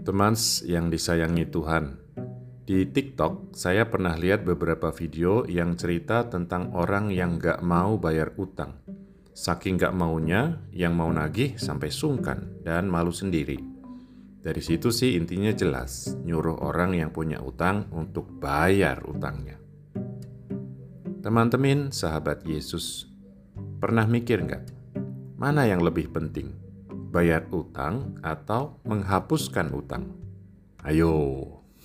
Teman yang disayangi Tuhan, di TikTok saya pernah lihat beberapa video yang cerita tentang orang yang gak mau bayar utang. Saking gak maunya, yang mau nagih sampai sungkan dan malu sendiri. Dari situ sih intinya jelas, nyuruh orang yang punya utang untuk bayar utangnya. Teman-teman, sahabat Yesus, pernah mikir gak? Mana yang lebih penting? Bayar utang atau menghapuskan utang? Ayo,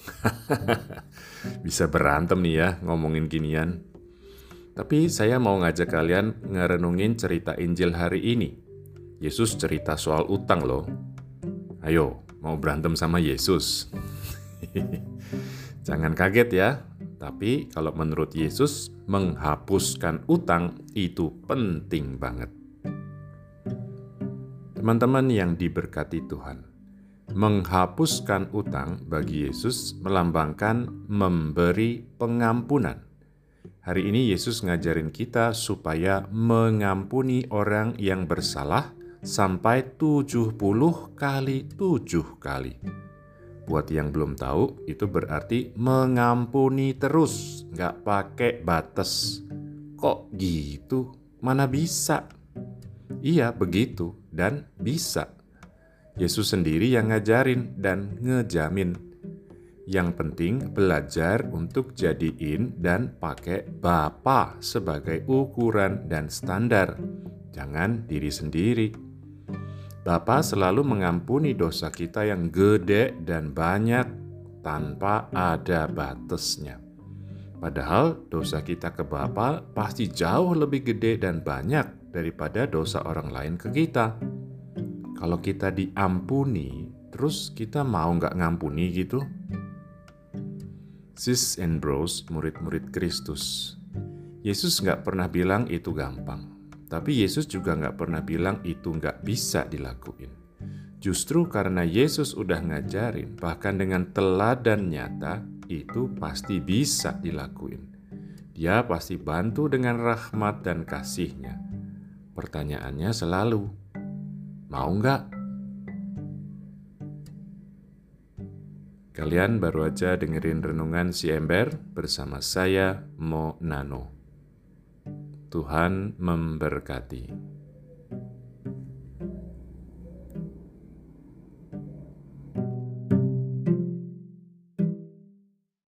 bisa berantem nih ya ngomongin ginian. Tapi saya mau ngajak kalian ngerenungin cerita Injil hari ini. Yesus cerita soal utang loh. Ayo, mau berantem sama Yesus? Jangan kaget ya. Tapi kalau menurut Yesus, menghapuskan utang itu penting banget. Teman-teman yang diberkati Tuhan, menghapuskan utang bagi Yesus melambangkan memberi pengampunan. Hari ini Yesus ngajarin kita supaya mengampuni orang yang bersalah sampai 70 kali 7 kali. Buat yang belum tahu, itu berarti mengampuni terus, nggak pakai batas. Kok gitu? Mana bisa? Iya, begitu dan bisa. Yesus sendiri yang ngajarin dan ngejamin. Yang penting belajar untuk jadiin dan pakai Bapa sebagai ukuran dan standar. Jangan diri sendiri. Bapa selalu mengampuni dosa kita yang gede dan banyak tanpa ada batasnya. Padahal dosa kita ke Bapa pasti jauh lebih gede dan banyak daripada dosa orang lain ke kita. Kalau kita diampuni, terus kita mau nggak ngampuni gitu? Sis and bros, murid-murid Kristus, Yesus nggak pernah bilang itu gampang. Tapi Yesus juga nggak pernah bilang itu nggak bisa dilakuin. Justru karena Yesus udah ngajarin, bahkan dengan teladan nyata, itu pasti bisa dilakuin. Dia pasti bantu dengan rahmat dan kasih-Nya. Pertanyaannya selalu, mau nggak? Kalian baru aja dengerin renungan si Ember bersama saya, Mo Nano. Tuhan memberkati.